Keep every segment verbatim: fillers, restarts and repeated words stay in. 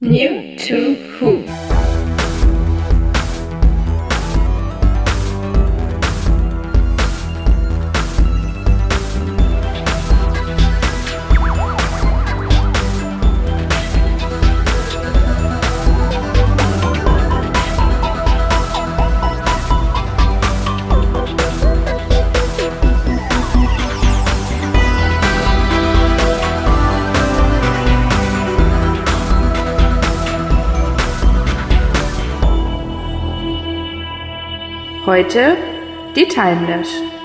New to Who. Heute die Timelash.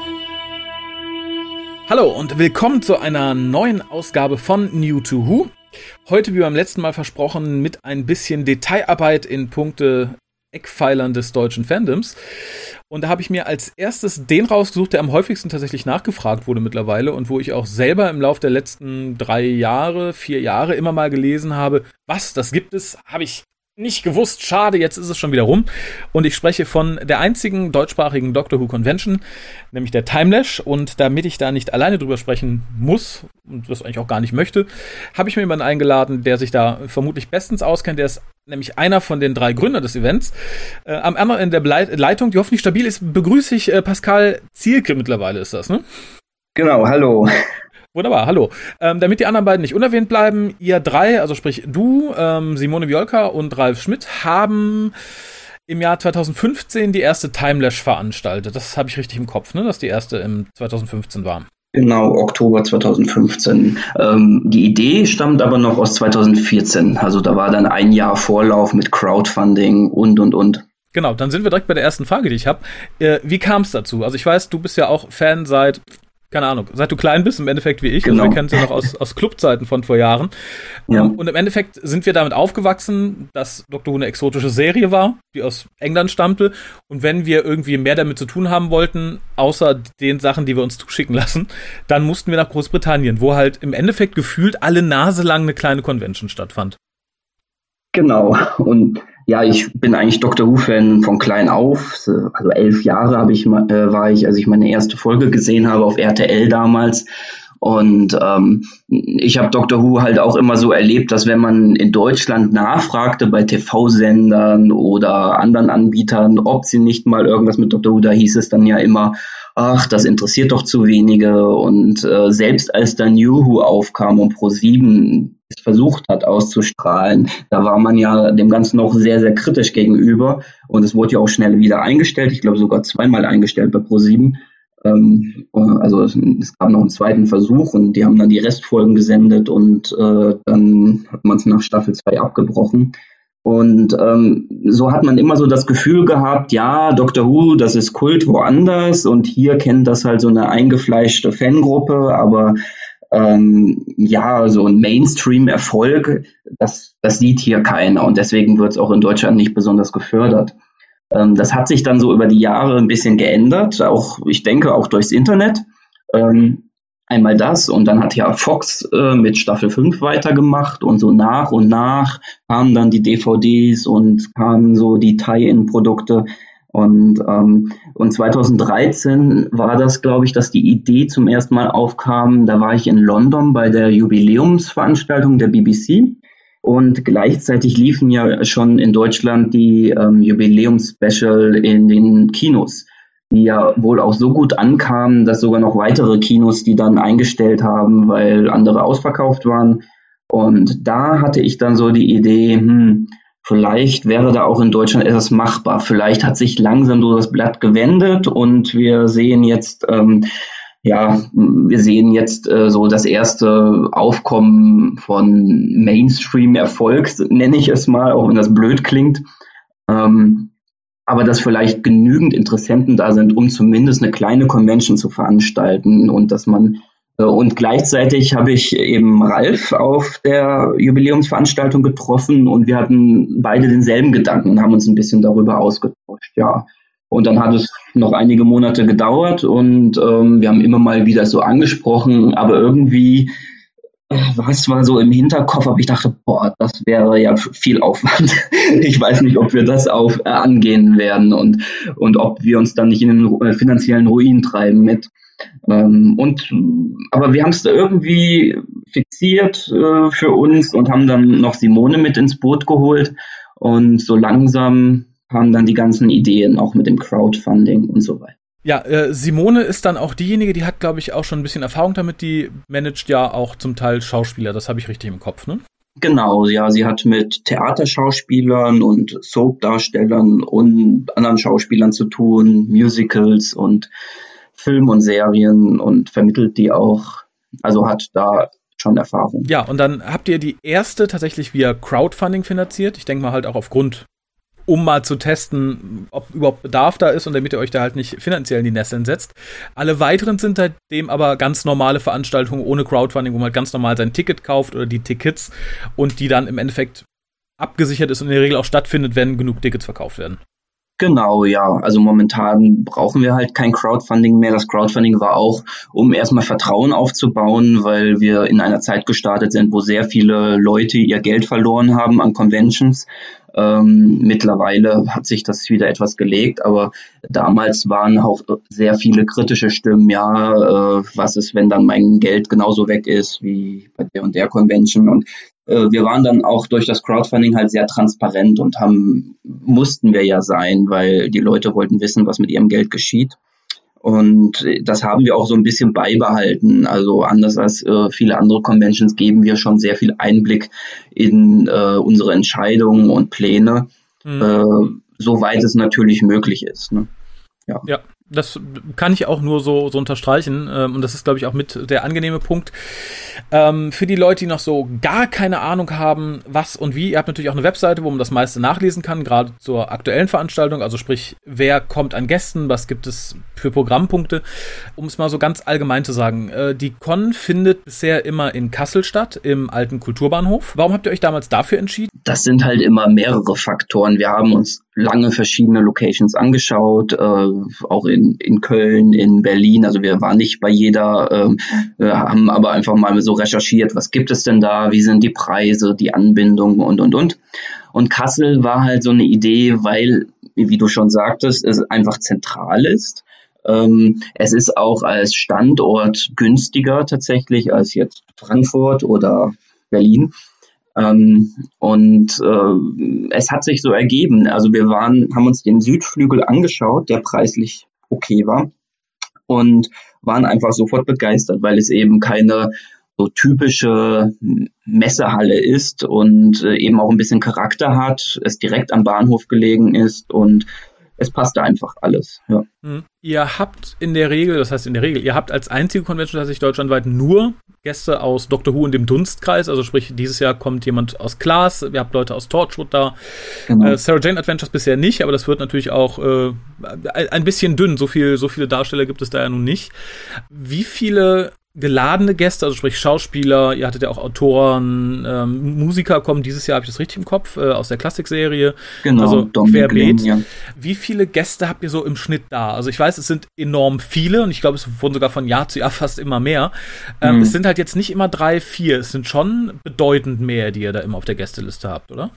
Hallo und willkommen zu einer neuen Ausgabe von New to Who. Heute, wie beim letzten Mal versprochen, mit ein bisschen Detailarbeit in puncte Eckpfeilern des deutschen Fandoms. Und da habe ich mir als erstes den rausgesucht, der am häufigsten tatsächlich nachgefragt wurde mittlerweile und wo ich auch selber im Laufe der letzten drei Jahre, vier Jahre immer mal gelesen habe, was, das gibt es, habe ich nicht gewusst, schade, jetzt ist es schon wieder rum. Und ich spreche von der einzigen deutschsprachigen Doctor Who Convention, nämlich der Timelash. Und damit ich da nicht alleine drüber sprechen muss, und das eigentlich auch gar nicht möchte, habe ich mir jemanden eingeladen, der sich da vermutlich bestens auskennt. Der ist nämlich einer von den drei Gründern des Events. Äh, am anderen Ende der Blei- Leitung, die hoffentlich stabil ist, begrüße ich äh, Pascal Zielke, mittlerweile ist das, ne? Genau, hallo. Wunderbar, hallo. Ähm, damit die anderen beiden nicht unerwähnt bleiben, ihr drei, also sprich du, ähm, Simone Wiolka und Ralf Schmidt, haben im Jahr zweitausendfünfzehn die erste Timelash veranstaltet. Das habe ich richtig im Kopf, ne? Dass die erste im zweitausendfünfzehn war. Genau, Oktober zweitausendfünfzehn. Ähm, die Idee stammt aber noch aus zweitausendvierzehn. Also da war dann ein Jahr Vorlauf mit Crowdfunding und, und, und. Genau, dann sind wir direkt bei der ersten Frage, die ich habe. Äh, wie kam es dazu? Also ich weiß, du bist ja auch Fan seit... keine Ahnung, seit du klein bist, im Endeffekt wie ich, genau. Also wir kennen es ja noch aus, aus Clubzeiten von vor Jahren. Ja. Und im Endeffekt sind wir damit aufgewachsen, dass Doctor Who eine exotische Serie war, die aus England stammte. Und wenn wir irgendwie mehr damit zu tun haben wollten, außer den Sachen, die wir uns zuschicken lassen, dann mussten wir nach Großbritannien, wo halt im Endeffekt gefühlt alle Nase lang eine kleine Convention stattfand. Genau, und ja, ich bin eigentlich Doctor Who-Fan von klein auf. Also elf Jahre habe ich, äh, war ich, als ich meine erste Folge gesehen habe auf R T L damals. Und ähm, ich habe Doctor Who halt auch immer so erlebt, dass wenn man in Deutschland nachfragte bei T V-Sendern oder anderen Anbietern, ob sie nicht mal irgendwas mit Doctor Who, da hieß es dann ja immer, ach, das interessiert doch zu wenige. Und äh, selbst als dann New Who aufkam und ProSieben es versucht hat auszustrahlen, da war man ja dem Ganzen noch sehr, sehr kritisch gegenüber. Und es wurde ja auch schnell wieder eingestellt. Ich glaube sogar zweimal eingestellt bei ProSieben. Ähm, also es, es gab noch einen zweiten Versuch und die haben dann die Restfolgen gesendet und äh, dann hat man es nach Staffel zwei abgebrochen. Und ähm, so hat man immer so das Gefühl gehabt, ja, Doctor Who, das ist Kult woanders und hier kennt das halt so eine eingefleischte Fangruppe, aber ähm, ja, so ein Mainstream-Erfolg, das, das sieht hier keiner und deswegen wird es auch in Deutschland nicht besonders gefördert. Ähm, das hat sich dann so über die Jahre ein bisschen geändert, auch ich denke auch durchs Internet. Ähm, Einmal das und dann hat ja Fox äh, mit Staffel fünf weitergemacht und so nach und nach kamen dann die D V Ds und kamen so die Tie-In-Produkte und, ähm, und zweitausenddreizehn war das, glaube ich, dass die Idee zum ersten Mal aufkam. Da war ich in London bei der Jubiläumsveranstaltung der B B C und gleichzeitig liefen ja schon in Deutschland die ähm, Jubiläumsspecial in den Kinos, die ja wohl auch so gut ankamen, dass sogar noch weitere Kinos die dann eingestellt haben, weil andere ausverkauft waren. Und da hatte ich dann so die Idee, hm, vielleicht wäre da auch in Deutschland etwas machbar. Vielleicht hat sich langsam so das Blatt gewendet und wir sehen jetzt, ähm, ja, wir sehen jetzt äh, so das erste Aufkommen von Mainstream-Erfolg, nenne ich es mal, auch wenn das blöd klingt. Ähm, aber dass vielleicht genügend Interessenten da sind, um zumindest eine kleine Convention zu veranstalten und dass man äh, und gleichzeitig habe ich eben Ralf auf der Jubiläumsveranstaltung getroffen und wir hatten beide denselben Gedanken und haben uns ein bisschen darüber ausgetauscht, ja. Und dann hat es noch einige Monate gedauert und ähm, wir haben immer mal wieder so angesprochen, aber irgendwie was war so im Hinterkopf, aber ich dachte, boah, das wäre ja viel Aufwand. Ich weiß nicht, ob wir das auf, äh, angehen werden und, und ob wir uns dann nicht in den äh, finanziellen Ruin treiben mit. Ähm, und, aber wir haben es da irgendwie fixiert äh, für uns und haben dann noch Simone mit ins Boot geholt. Und so langsam kamen dann die ganzen Ideen, auch mit dem Crowdfunding und so weiter. Ja, äh, Simone ist dann auch diejenige, die hat, glaube ich, auch schon ein bisschen Erfahrung damit. Die managt ja auch zum Teil Schauspieler, das habe ich richtig im Kopf, ne? Genau, ja, sie hat mit Theaterschauspielern und Soap-Darstellern und anderen Schauspielern zu tun, Musicals und Film und Serien und vermittelt die auch, also hat da schon Erfahrung. Ja, und dann habt ihr die erste tatsächlich via Crowdfunding finanziert. Ich denke mal halt auch aufgrund, um mal zu testen, ob überhaupt Bedarf da ist und damit ihr euch da halt nicht finanziell in die Nesseln setzt. Alle weiteren sind seitdem aber ganz normale Veranstaltungen ohne Crowdfunding, wo man halt ganz normal sein Ticket kauft oder die Tickets und die dann im Endeffekt abgesichert ist und in der Regel auch stattfindet, wenn genug Tickets verkauft werden. Genau, ja. Also momentan brauchen wir halt kein Crowdfunding mehr. Das Crowdfunding war auch, um erstmal Vertrauen aufzubauen, weil wir in einer Zeit gestartet sind, wo sehr viele Leute ihr Geld verloren haben an Conventions. Ähm, mittlerweile hat sich das wieder etwas gelegt, aber damals waren auch sehr viele kritische Stimmen. Ja, äh, was ist, wenn dann mein Geld genauso weg ist wie bei der und der Convention? Und wir waren dann auch durch das Crowdfunding halt sehr transparent und haben, mussten wir ja sein, weil die Leute wollten wissen, was mit ihrem Geld geschieht. Und das haben wir auch so ein bisschen beibehalten. Also anders als äh, viele andere Conventions geben wir schon sehr viel Einblick in äh, unsere Entscheidungen und Pläne, mhm. äh, soweit es natürlich möglich ist. Ne? Ja. ja, das kann ich auch nur so, so unterstreichen. Und das ist, glaube ich, auch mit der angenehme Punkt. Ähm, für die Leute, die noch so gar keine Ahnung haben, was und wie, ihr habt natürlich auch eine Webseite, wo man das meiste nachlesen kann, gerade zur aktuellen Veranstaltung. Also sprich, wer kommt an Gästen, was gibt es für Programmpunkte. Um es mal so ganz allgemein zu sagen, äh, die Con findet bisher immer in Kassel statt, im alten Kulturbahnhof. Warum habt ihr euch damals dafür entschieden? Das sind halt immer mehrere Faktoren. Wir haben uns lange verschiedene Locations angeschaut, äh, auch in, in Köln, in Berlin. Also wir waren nicht bei jeder, ähm, wir haben aber einfach mal so recherchiert, was gibt es denn da, wie sind die Preise, die Anbindung und, und, und. Und Kassel war halt so eine Idee, weil, wie du schon sagtest, es einfach zentral ist. Ähm, es ist auch als Standort günstiger tatsächlich als jetzt Frankfurt oder Berlin. Ähm, und äh, es hat sich so ergeben. Also wir waren, haben uns den Südflügel angeschaut, der preislich okay war und waren einfach sofort begeistert, weil es eben keine so typische Messehalle ist und äh, eben auch ein bisschen Charakter hat, es direkt am Bahnhof gelegen ist und es passte einfach alles, ja. Mhm. Ihr habt in der Regel, das heißt in der Regel, ihr habt als einzige Convention tatsächlich deutschlandweit nur Gäste aus Doctor Who in dem Dunstkreis, also sprich, dieses Jahr kommt jemand aus Class, ihr habt Leute aus Torchwood da, genau. äh, Sarah Jane Adventures bisher nicht, aber das wird natürlich auch äh, ein bisschen dünn, so viel, so viele Darsteller gibt es da ja nun nicht. Wie viele geladene Gäste, also sprich Schauspieler, ihr hattet ja auch Autoren, ähm, Musiker kommen dieses Jahr, habe ich das richtig im Kopf, äh, aus der Klassikserie. Genau, also querbeet. Ja. Wie viele Gäste habt ihr so im Schnitt da? Also ich weiß, es sind enorm viele und ich glaube, es wurden sogar von Jahr zu Jahr fast immer mehr. Ähm, mhm. Es sind halt jetzt nicht immer drei, vier, es sind schon bedeutend mehr, die ihr da immer auf der Gästeliste habt, oder?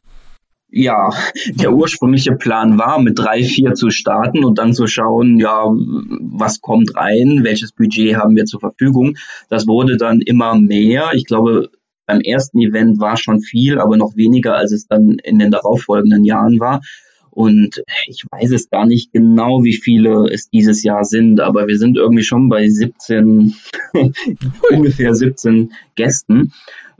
Ja, der ursprüngliche Plan war, mit drei, vier zu starten und dann zu schauen, ja, was kommt rein, welches Budget haben wir zur Verfügung. Das wurde dann immer mehr. Ich glaube, beim ersten Event war schon viel, aber noch weniger, als es dann in den darauffolgenden Jahren war. Und ich weiß es gar nicht genau, wie viele es dieses Jahr sind, aber wir sind irgendwie schon bei siebzehn, ungefähr siebzehn Gästen.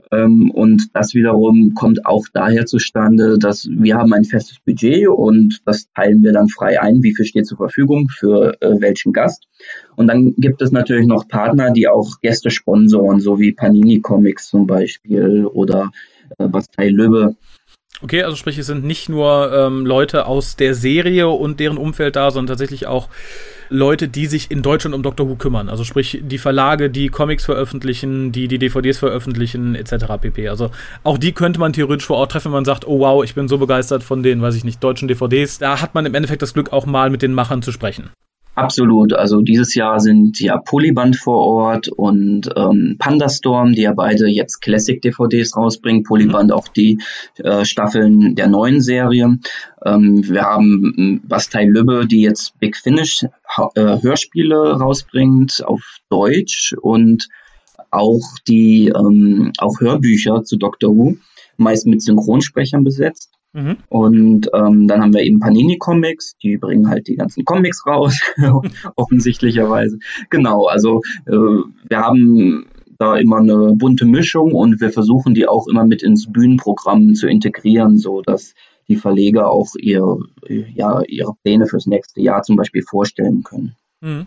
Und das wiederum kommt auch daher zustande, dass wir haben ein festes Budget und das teilen wir dann frei ein, wie viel steht zur Verfügung für äh, welchen Gast. Und dann gibt es natürlich noch Partner, die auch Gäste sponsoren, so wie Panini Comics zum Beispiel oder äh, Bastei Lübbe. Okay, also sprich, es sind nicht nur ähm, Leute aus der Serie und deren Umfeld da, sondern tatsächlich auch Leute, die sich in Deutschland um Doctor Who kümmern. Also sprich, die Verlage, die Comics veröffentlichen, die die D V Ds veröffentlichen, et cetera pp. Also auch die könnte man theoretisch vor Ort treffen, wenn man sagt, oh wow, ich bin so begeistert von den, weiß ich nicht, deutschen D V Ds. Da hat man im Endeffekt das Glück, auch mal mit den Machern zu sprechen. Absolut. Also dieses Jahr sind ja Polyband vor Ort und ähm, Pandastorm, die ja beide jetzt Classic-D V Ds rausbringen. Polyband auch die äh, Staffeln der neuen Serie. Ähm, wir haben ähm, Bastei Lübbe, die jetzt Big Finish ha- äh, Hörspiele rausbringt auf Deutsch und auch die ähm, auch Hörbücher zu Doctor Who, meist mit Synchronsprechern besetzt. Mhm. Und ähm, dann haben wir eben Panini Comics, die bringen halt die ganzen Comics raus, offensichtlicherweise. Genau, also äh, wir haben da immer eine bunte Mischung und wir versuchen die auch immer mit ins Bühnenprogramm zu integrieren, so dass die Verleger auch ihr, ja, ihre Pläne fürs nächste Jahr zum Beispiel vorstellen können. Mhm.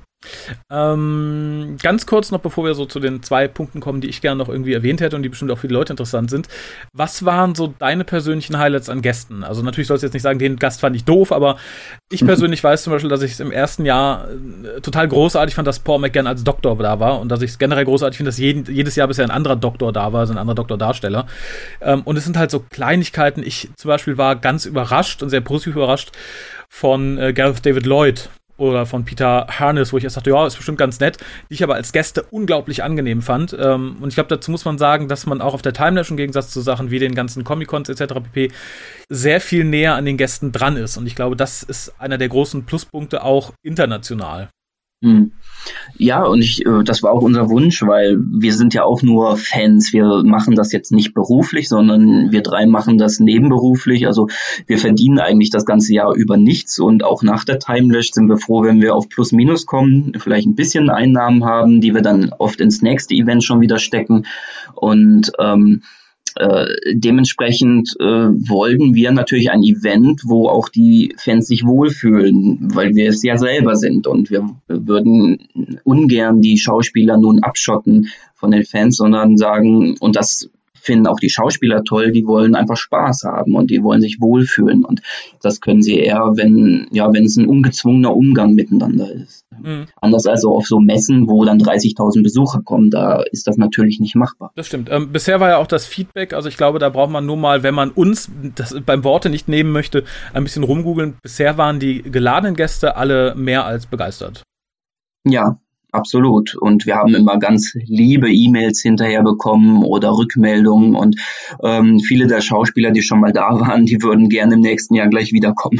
Ähm, ganz kurz noch, bevor wir so zu den zwei Punkten kommen, die ich gerne noch irgendwie erwähnt hätte und die bestimmt auch für die Leute interessant sind. Was waren so deine persönlichen Highlights an Gästen? Also natürlich sollst du jetzt nicht sagen, den Gast fand ich doof, aber ich persönlich weiß zum Beispiel, dass ich es im ersten Jahr äh, total großartig fand, dass Paul McGann als Doktor da war und dass ich es generell großartig finde, dass jeden, jedes Jahr bisher ein anderer Doktor da war, also ein anderer Doktordarsteller. Ähm, und es sind halt so Kleinigkeiten. Ich zum Beispiel war ganz überrascht und sehr positiv überrascht von äh, Gareth David Lloyd oder von Peter Harness, wo ich erst dachte, ja, ist bestimmt ganz nett, die ich aber als Gäste unglaublich angenehm fand. Ähm, und ich glaube, dazu muss man sagen, dass man auch auf der Timelash im Gegensatz zu Sachen wie den ganzen Comic-Cons et cetera pp. Sehr viel näher an den Gästen dran ist. Und ich glaube, das ist einer der großen Pluspunkte auch international. Hm. Ja, und ich, äh, das war auch unser Wunsch, weil wir sind ja auch nur Fans. Wir machen das jetzt nicht beruflich, sondern wir drei machen das nebenberuflich. Also wir verdienen eigentlich das ganze Jahr über nichts und auch nach der Timelash sind wir froh, wenn wir auf Plus Minus kommen, vielleicht ein bisschen Einnahmen haben, die wir dann oft ins nächste Event schon wieder stecken. Und ähm, Äh, dementsprechend äh, wollten wir natürlich ein Event, wo auch die Fans sich wohlfühlen, weil wir es ja selber sind und wir würden ungern die Schauspieler nun abschotten von den Fans, sondern sagen, und das finden auch die Schauspieler toll, die wollen einfach Spaß haben und die wollen sich wohlfühlen und das können sie eher, wenn ja, wenn es ein ungezwungener Umgang miteinander ist. Mhm. Anders als auf so Messen, wo dann dreißigtausend Besucher kommen, da ist das natürlich nicht machbar. Das stimmt. Ähm, bisher war ja auch das Feedback, also ich glaube, da braucht man nur mal, wenn man uns das beim Worte nicht nehmen möchte, ein bisschen rumgoogeln. Bisher waren die geladenen Gäste alle mehr als begeistert. Ja, absolut. Und wir haben immer ganz liebe E-Mails hinterher bekommen oder Rückmeldungen und ähm, viele der Schauspieler, die schon mal da waren, die würden gerne im nächsten Jahr gleich wiederkommen.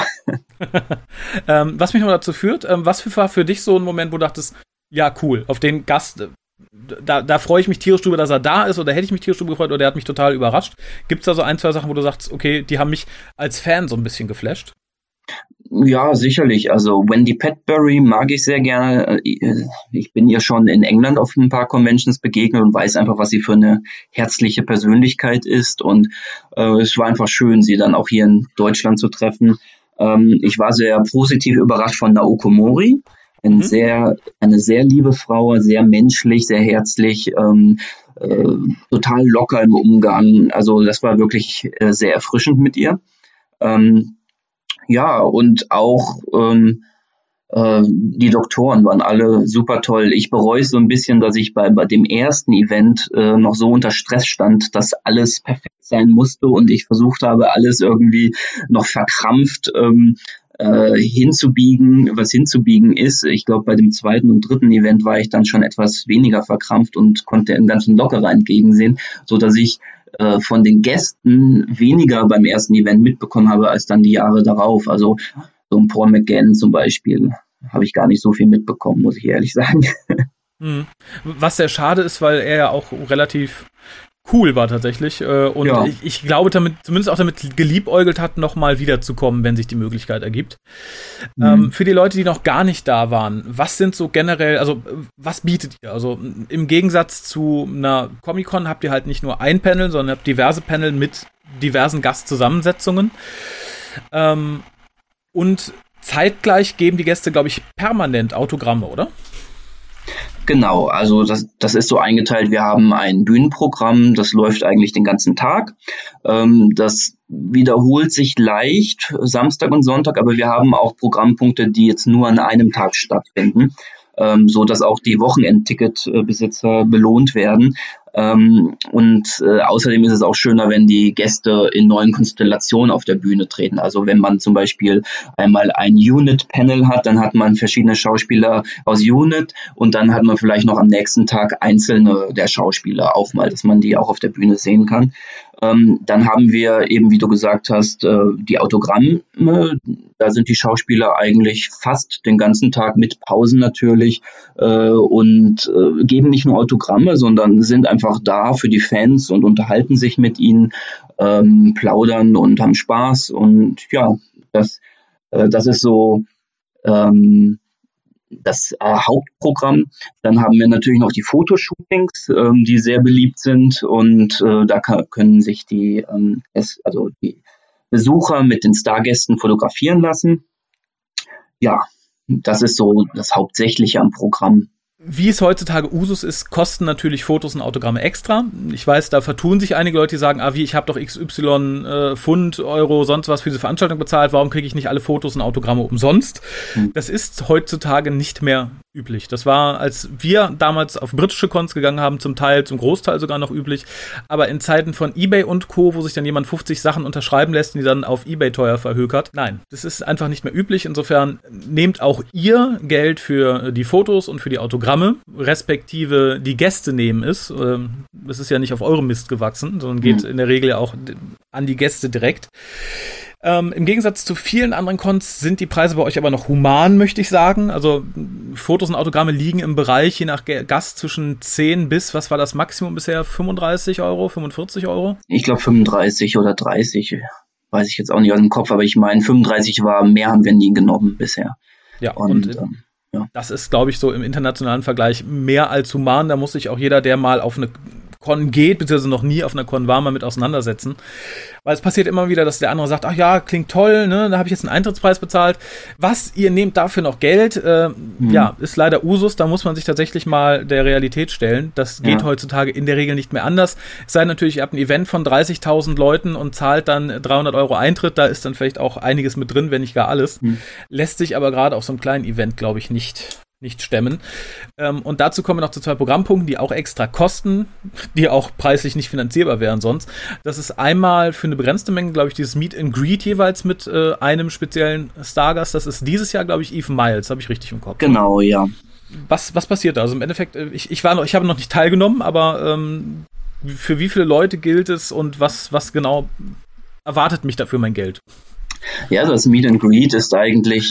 ähm, was mich noch dazu führt, ähm, was war für dich so ein Moment, wo du dachtest, ja cool, auf den Gast, da, da freue ich mich tierisch drüber, dass er da ist oder hätte ich mich tierisch drüber gefreut oder der hat mich total überrascht. Gibt es da so ein, zwei Sachen, wo du sagst, okay, die haben mich als Fan so ein bisschen geflasht? Ja, sicherlich. Also Wendy Padbury mag ich sehr gerne. Ich bin ihr schon in England auf ein paar Conventions begegnet und weiß einfach, was sie für eine herzliche Persönlichkeit ist. Und äh, es war einfach schön, sie dann auch hier in Deutschland zu treffen. Ähm, ich war sehr positiv überrascht von Naoko Mori. Ein mhm. sehr, eine sehr liebe Frau, sehr menschlich, sehr herzlich, ähm, äh, total locker im Umgang. Also das war wirklich äh, sehr erfrischend mit ihr. Ähm, Ja, und auch ähm, äh, die Doktoren waren alle super toll. Ich bereue es so ein bisschen, dass ich bei, bei dem ersten Event äh, noch so unter Stress stand, dass alles perfekt sein musste und ich versucht habe, alles irgendwie noch verkrampft ähm, äh, hinzubiegen, was hinzubiegen ist. Ich glaube, bei dem zweiten und dritten Event war ich dann schon etwas weniger verkrampft und konnte dem ganzen lockerer entgegensehen, so dass ich von den Gästen weniger beim ersten Event mitbekommen habe als dann die Jahre darauf. Also so ein Paul McGann zum Beispiel habe ich gar nicht so viel mitbekommen, muss ich ehrlich sagen. Was sehr schade ist, weil er ja auch relativ cool war tatsächlich und ja. ich, ich glaube damit, zumindest auch damit geliebäugelt hat, nochmal wiederzukommen, wenn sich die Möglichkeit ergibt. Mhm. Ähm, für die Leute, die noch gar nicht da waren, was sind so generell, also was bietet ihr? Also im Gegensatz zu einer Comic-Con habt ihr halt nicht nur ein Panel, sondern habt diverse Panel mit diversen Gastzusammensetzungen ähm, und zeitgleich geben die Gäste, glaube ich, permanent Autogramme, oder? Genau, also das, das ist so eingeteilt, wir haben ein Bühnenprogramm, das läuft eigentlich den ganzen Tag. Ähm, das wiederholt sich leicht, Samstag und Sonntag, aber wir haben auch Programmpunkte, die jetzt nur an einem Tag stattfinden, ähm, so dass auch die Wochenendticketbesitzer belohnt werden. Ähm, und äh, außerdem ist es auch schöner, wenn die Gäste in neuen Konstellationen auf der Bühne treten. Also wenn man zum Beispiel einmal ein Unit-Panel hat, dann hat man verschiedene Schauspieler aus Unit und dann hat man vielleicht noch am nächsten Tag einzelne der Schauspieler auch mal, dass man die auch auf der Bühne sehen kann. Ähm, dann haben wir eben, wie du gesagt hast, äh, die Autogramme. Da sind die Schauspieler eigentlich fast den ganzen Tag mit Pausen natürlich äh, und äh, geben nicht nur Autogramme, sondern sind einfach da für die Fans und unterhalten sich mit ihnen, ähm, plaudern und haben Spaß. Und ja, das, äh, das ist so ähm, das äh, Hauptprogramm. Dann haben wir natürlich noch die Fotoshootings, ähm, die sehr beliebt sind und äh, da kann, können sich die, ähm, es, also die Besucher mit den Stargästen fotografieren lassen. Ja, das ist so das Hauptsächliche am Programm. Wie es heutzutage Usus ist, kosten natürlich Fotos und Autogramme extra. Ich weiß, da vertun sich einige Leute, die sagen, ah wie, ich habe doch X Y äh, Pfund, Euro, sonst was für diese Veranstaltung bezahlt, warum kriege ich nicht alle Fotos und Autogramme umsonst? Hm. Das ist heutzutage nicht mehr üblich. Das war, als wir damals auf britische Cons gegangen haben, zum Teil, zum Großteil sogar noch üblich, aber in Zeiten von eBay und Co., wo sich dann jemand fünfzig Sachen unterschreiben lässt und die dann auf eBay teuer verhökert. Nein, das ist einfach nicht mehr üblich. Insofern nehmt auch ihr Geld für die Fotos und für die Autogramme, respektive die Gäste nehmen es. Es ist ja nicht auf eurem Mist gewachsen, sondern geht mhm. in der Regel auch an die Gäste direkt. Ähm, Im Gegensatz zu vielen anderen Cons sind die Preise bei euch aber noch human, möchte ich sagen. Also Fotos und Autogramme liegen im Bereich, je nach Gast, zwischen zehn bis, was war das Maximum bisher, fünfunddreißig Euro, fünfundvierzig Euro? Ich glaube fünfunddreißig oder dreißig, weiß ich jetzt auch nicht aus dem Kopf, aber ich meine fünfunddreißig war, mehr haben wir nie genommen bisher. Ja, und, und ähm, ja. Das ist, glaube ich, so im internationalen Vergleich mehr als human. Da muss sich auch jeder, der mal auf eine Con geht, beziehungsweise noch nie auf einer Con war, mal mit auseinandersetzen. Weil es passiert immer wieder, dass der andere sagt, ach ja, klingt toll, ne, da habe ich jetzt einen Eintrittspreis bezahlt. Was, ihr nehmt dafür noch Geld? Äh, mhm. Ja, ist leider Usus, da muss man sich tatsächlich mal der Realität stellen. Das geht ja. heutzutage in der Regel nicht mehr anders. Es sei denn natürlich, ihr habt ein Event von dreißigtausend Leuten und zahlt dann dreihundert Euro Eintritt, da ist dann vielleicht auch einiges mit drin, wenn nicht gar alles. Mhm. Lässt sich aber gerade auf so einem kleinen Event, glaube ich, nicht nicht stemmen. Ähm, und dazu kommen wir noch zu zwei Programmpunkten, die auch extra kosten, die auch preislich nicht finanzierbar wären sonst. Das ist einmal für eine begrenzte Menge, glaube ich, dieses Meet and Greet jeweils mit äh, einem speziellen Stargast. Das ist dieses Jahr, glaube ich, Eve Miles, habe ich richtig im Kopf. Genau, ja. Was, was passiert da? Also im Endeffekt, ich, ich, war noch, ich habe noch nicht teilgenommen, aber ähm, für wie viele Leute gilt es und was, was genau erwartet mich dafür mein Geld? Ja, das Meet and Greet ist eigentlich,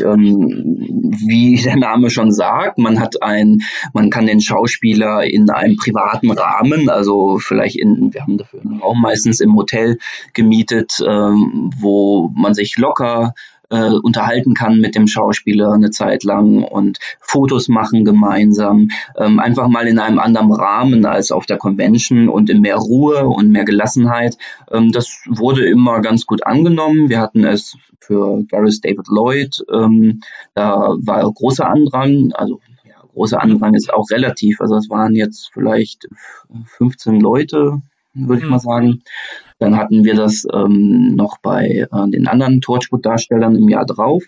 ähm, wie der Name schon sagt, man hat ein, man kann den Schauspieler in einem privaten Rahmen, also vielleicht in, wir haben dafür einen Raum meistens im Hotel gemietet, ähm, wo man sich locker äh, unterhalten kann mit dem Schauspieler eine Zeit lang und Fotos machen gemeinsam, ähm, einfach mal in einem anderen Rahmen als auf der Convention und in mehr Ruhe und mehr Gelassenheit. Ähm, das wurde immer ganz gut angenommen. Wir hatten es für Gareth David Lloyd, ähm, da war großer Andrang, also ja, großer Andrang ist auch relativ, also es waren jetzt vielleicht fünfzehn Leute, würde ich mal sagen. Dann hatten wir das ähm, noch bei äh, den anderen Torchwood-Darstellern im Jahr drauf.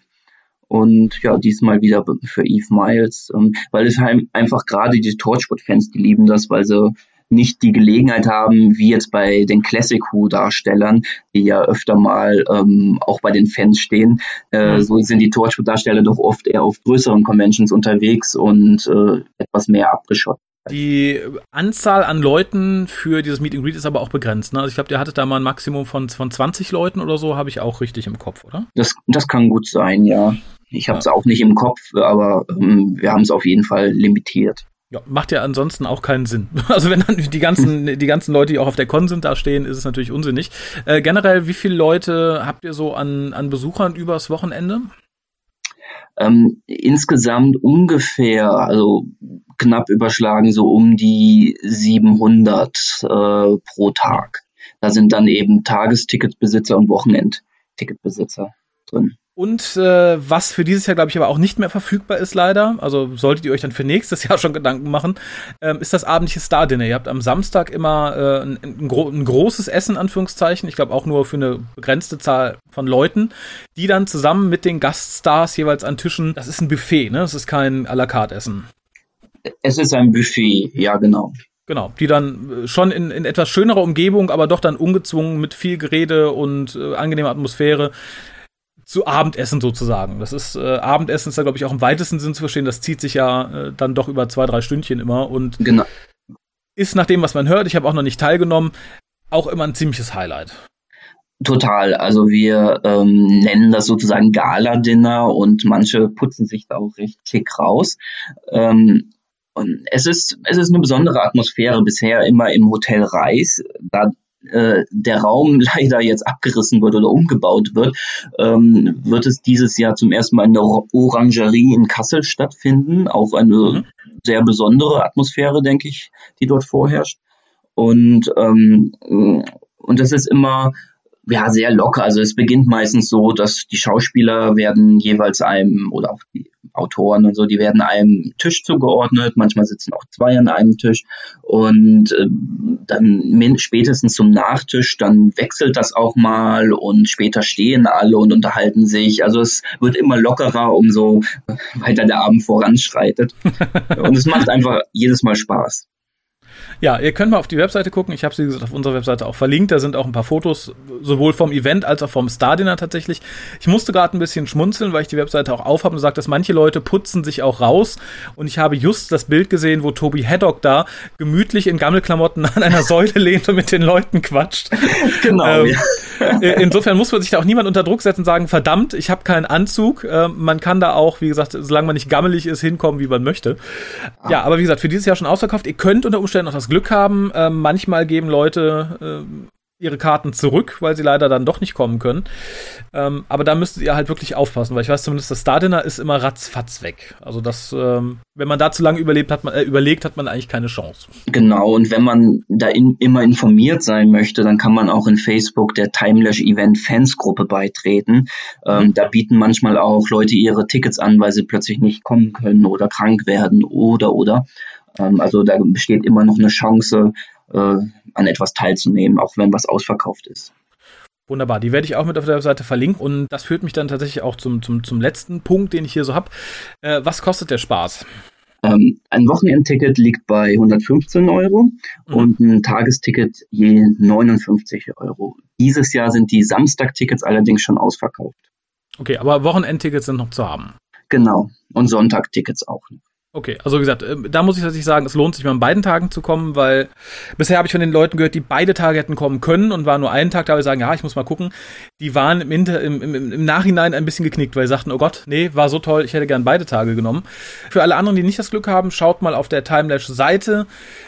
Und ja, diesmal wieder für Eve Miles, ähm, weil es halt einfach gerade die Torchwood-Fans, die lieben das, weil sie nicht die Gelegenheit haben, wie jetzt bei den Classic Who-Darstellern, die ja öfter mal ähm, auch bei den Fans stehen. Äh, so sind die Torchwood-Darsteller doch oft eher auf größeren Conventions unterwegs und äh, etwas mehr abgeschottet. Die Anzahl an Leuten für dieses Meet and Greet ist aber auch begrenzt, ne? Also ich glaube, ihr hattet da mal ein Maximum von, von zwanzig Leuten oder so, habe ich auch richtig im Kopf, oder? Das, das kann gut sein, ja. Ich habe es ja. auch nicht im Kopf, aber ähm, wir haben es auf jeden Fall limitiert. Ja, macht ja ansonsten auch keinen Sinn. Also wenn dann die ganzen, die ganzen Leute, die auch auf der Con sind, da stehen, ist es natürlich unsinnig. Äh, generell, wie viele Leute habt ihr so an, an Besuchern übers Wochenende? Ähm, insgesamt ungefähr, also knapp überschlagen, so um die siebenhundert äh, pro Tag. Da sind dann eben Tagesticketbesitzer und Wochenendticketbesitzer drin. Und äh, was für dieses Jahr, glaube ich, aber auch nicht mehr verfügbar ist leider, also solltet ihr euch dann für nächstes Jahr schon Gedanken machen, ähm, ist das abendliche Star-Dinner. Ihr habt am Samstag immer äh, ein, ein, gro- ein großes Essen, Anführungszeichen, ich glaube auch nur für eine begrenzte Zahl von Leuten, die dann zusammen mit den Gaststars jeweils an Tischen, das ist ein Buffet, ne? Das ist kein à la carte Essen. Es ist ein Buffet, ja genau. Genau, die dann schon in, in etwas schönerer Umgebung, aber doch dann ungezwungen mit viel Gerede und äh, angenehmer Atmosphäre zu Abendessen sozusagen. Das ist, äh, Abendessen ist da, glaube ich, auch im weitesten Sinn zu verstehen. Das zieht sich ja äh, dann doch über zwei, drei Stündchen immer und genau. Ist nach dem, was man hört, ich habe auch noch nicht teilgenommen, auch immer ein ziemliches Highlight. Total. Also wir ähm, nennen das sozusagen Gala-Dinner und manche putzen sich da auch recht schick raus. Ähm, und es ist, es ist eine besondere Atmosphäre bisher immer im Hotel Reis, da äh, der Raum leider jetzt abgerissen wird oder umgebaut wird, ähm, wird es dieses Jahr zum ersten Mal in der Orangerie in Kassel stattfinden. Auch eine mhm. sehr besondere Atmosphäre, denke ich, die dort vorherrscht. Und ähm, und das ist immer ja sehr locker. Also es beginnt meistens so, dass die Schauspieler werden jeweils einem oder auch die Autoren und so, die werden einem Tisch zugeordnet. Manchmal sitzen auch zwei an einem Tisch und äh, dann spätestens zum Nachtisch, dann wechselt das auch mal und später stehen alle und unterhalten sich. Also es wird immer lockerer, umso weiter der Abend voranschreitet. Und es macht einfach jedes Mal Spaß. Ja, ihr könnt mal auf die Webseite gucken. Ich habe sie, wie gesagt, auf unserer Webseite auch verlinkt. Da sind auch ein paar Fotos, sowohl vom Event als auch vom Star-Dinner tatsächlich. Ich musste gerade ein bisschen schmunzeln, weil ich die Webseite auch aufhabe und sagt, dass manche Leute putzen sich auch raus. Und ich habe just das Bild gesehen, wo Toby Haddock da gemütlich in Gammelklamotten an einer Säule lehnt und mit den Leuten quatscht. Genau, ähm, ja. Insofern muss man sich da auch niemand unter Druck setzen und sagen, verdammt, ich habe keinen Anzug. Ähm, man kann da auch, wie gesagt, solange man nicht gammelig ist, hinkommen, wie man möchte. Ja, aber wie gesagt, für dieses Jahr schon ausverkauft. Ihr könnt unter Umständen noch das Glück haben. Ähm, manchmal geben Leute äh, ihre Karten zurück, weil sie leider dann doch nicht kommen können. Ähm, aber da müsstet ihr halt wirklich aufpassen, weil ich weiß zumindest, das Star-Dinner ist immer ratzfatz weg. Also das, ähm, wenn man da zu lange überlebt hat, man, äh, überlegt, hat man eigentlich keine Chance. Genau, und wenn man da in, immer informiert sein möchte, dann kann man auch in Facebook der Timelash Event Fansgruppe beitreten. Ähm, mhm. Da bieten manchmal auch Leute ihre Tickets an, weil sie plötzlich nicht kommen können oder krank werden oder oder. Ähm, also da besteht immer noch eine Chance, äh, an etwas teilzunehmen, auch wenn was ausverkauft ist. Wunderbar, die werde ich auch mit auf der Seite verlinken und das führt mich dann tatsächlich auch zum, zum, zum letzten Punkt, den ich hier so habe. Äh, was kostet der Spaß? Ähm, ein Wochenendticket liegt bei hundertfünfzehn Euro mhm. und ein Tagesticket je neunundfünfzig Euro. Dieses Jahr sind die Samstagtickets allerdings schon ausverkauft. Okay, aber Wochenendtickets sind noch zu haben? Genau, und Sonntagtickets auch noch. Okay, also wie gesagt, da muss ich tatsächlich sagen, es lohnt sich mal an beiden Tagen zu kommen, weil bisher habe ich von den Leuten gehört, die beide Tage hätten kommen können und war nur einen Tag da, weil sie sagen, ja, ich muss mal gucken. Die waren im, Inter- im, im, im Nachhinein ein bisschen geknickt, weil sie sagten, oh Gott, nee, war so toll, ich hätte gern beide Tage genommen. Für alle anderen, die nicht das Glück haben, schaut mal auf der Timelash-Seite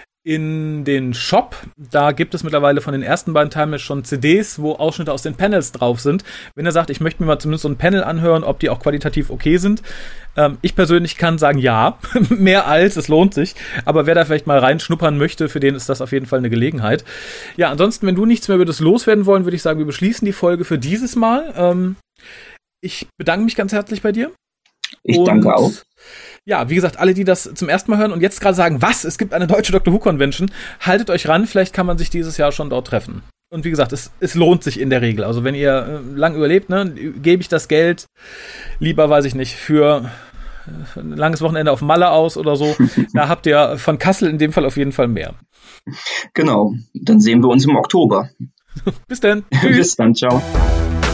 in den Shop. Da gibt es mittlerweile von den ersten beiden Timelash schon C Ds, wo Ausschnitte aus den Panels drauf sind. Wenn ihr sagt, ich möchte mir mal zumindest so ein Panel anhören, ob die auch qualitativ okay sind. Ähm, ich persönlich kann sagen, ja, mehr als, es lohnt sich. Aber wer da vielleicht mal reinschnuppern möchte, für den ist das auf jeden Fall eine Gelegenheit. Ja, ansonsten, wenn du nichts mehr über das loswerden wollen, würde ich sagen, wir beschließen die Folge für dieses Mal. Ähm, ich bedanke mich ganz herzlich bei dir. Ich Und danke auch. Ja, wie gesagt, alle, die das zum ersten Mal hören und jetzt gerade sagen, was, es gibt eine deutsche Doctor Who Convention, haltet euch ran, vielleicht kann man sich dieses Jahr schon dort treffen. Und wie gesagt, es, es lohnt sich in der Regel. Also wenn ihr äh, lang überlebt, ne, gebe ich das Geld lieber, weiß ich nicht, für ein langes Wochenende auf Malle aus oder so. Da habt ihr von Kassel in dem Fall auf jeden Fall mehr. Genau, dann sehen wir uns im Oktober. Bis dann. Tschüss. Bis dann, ciao.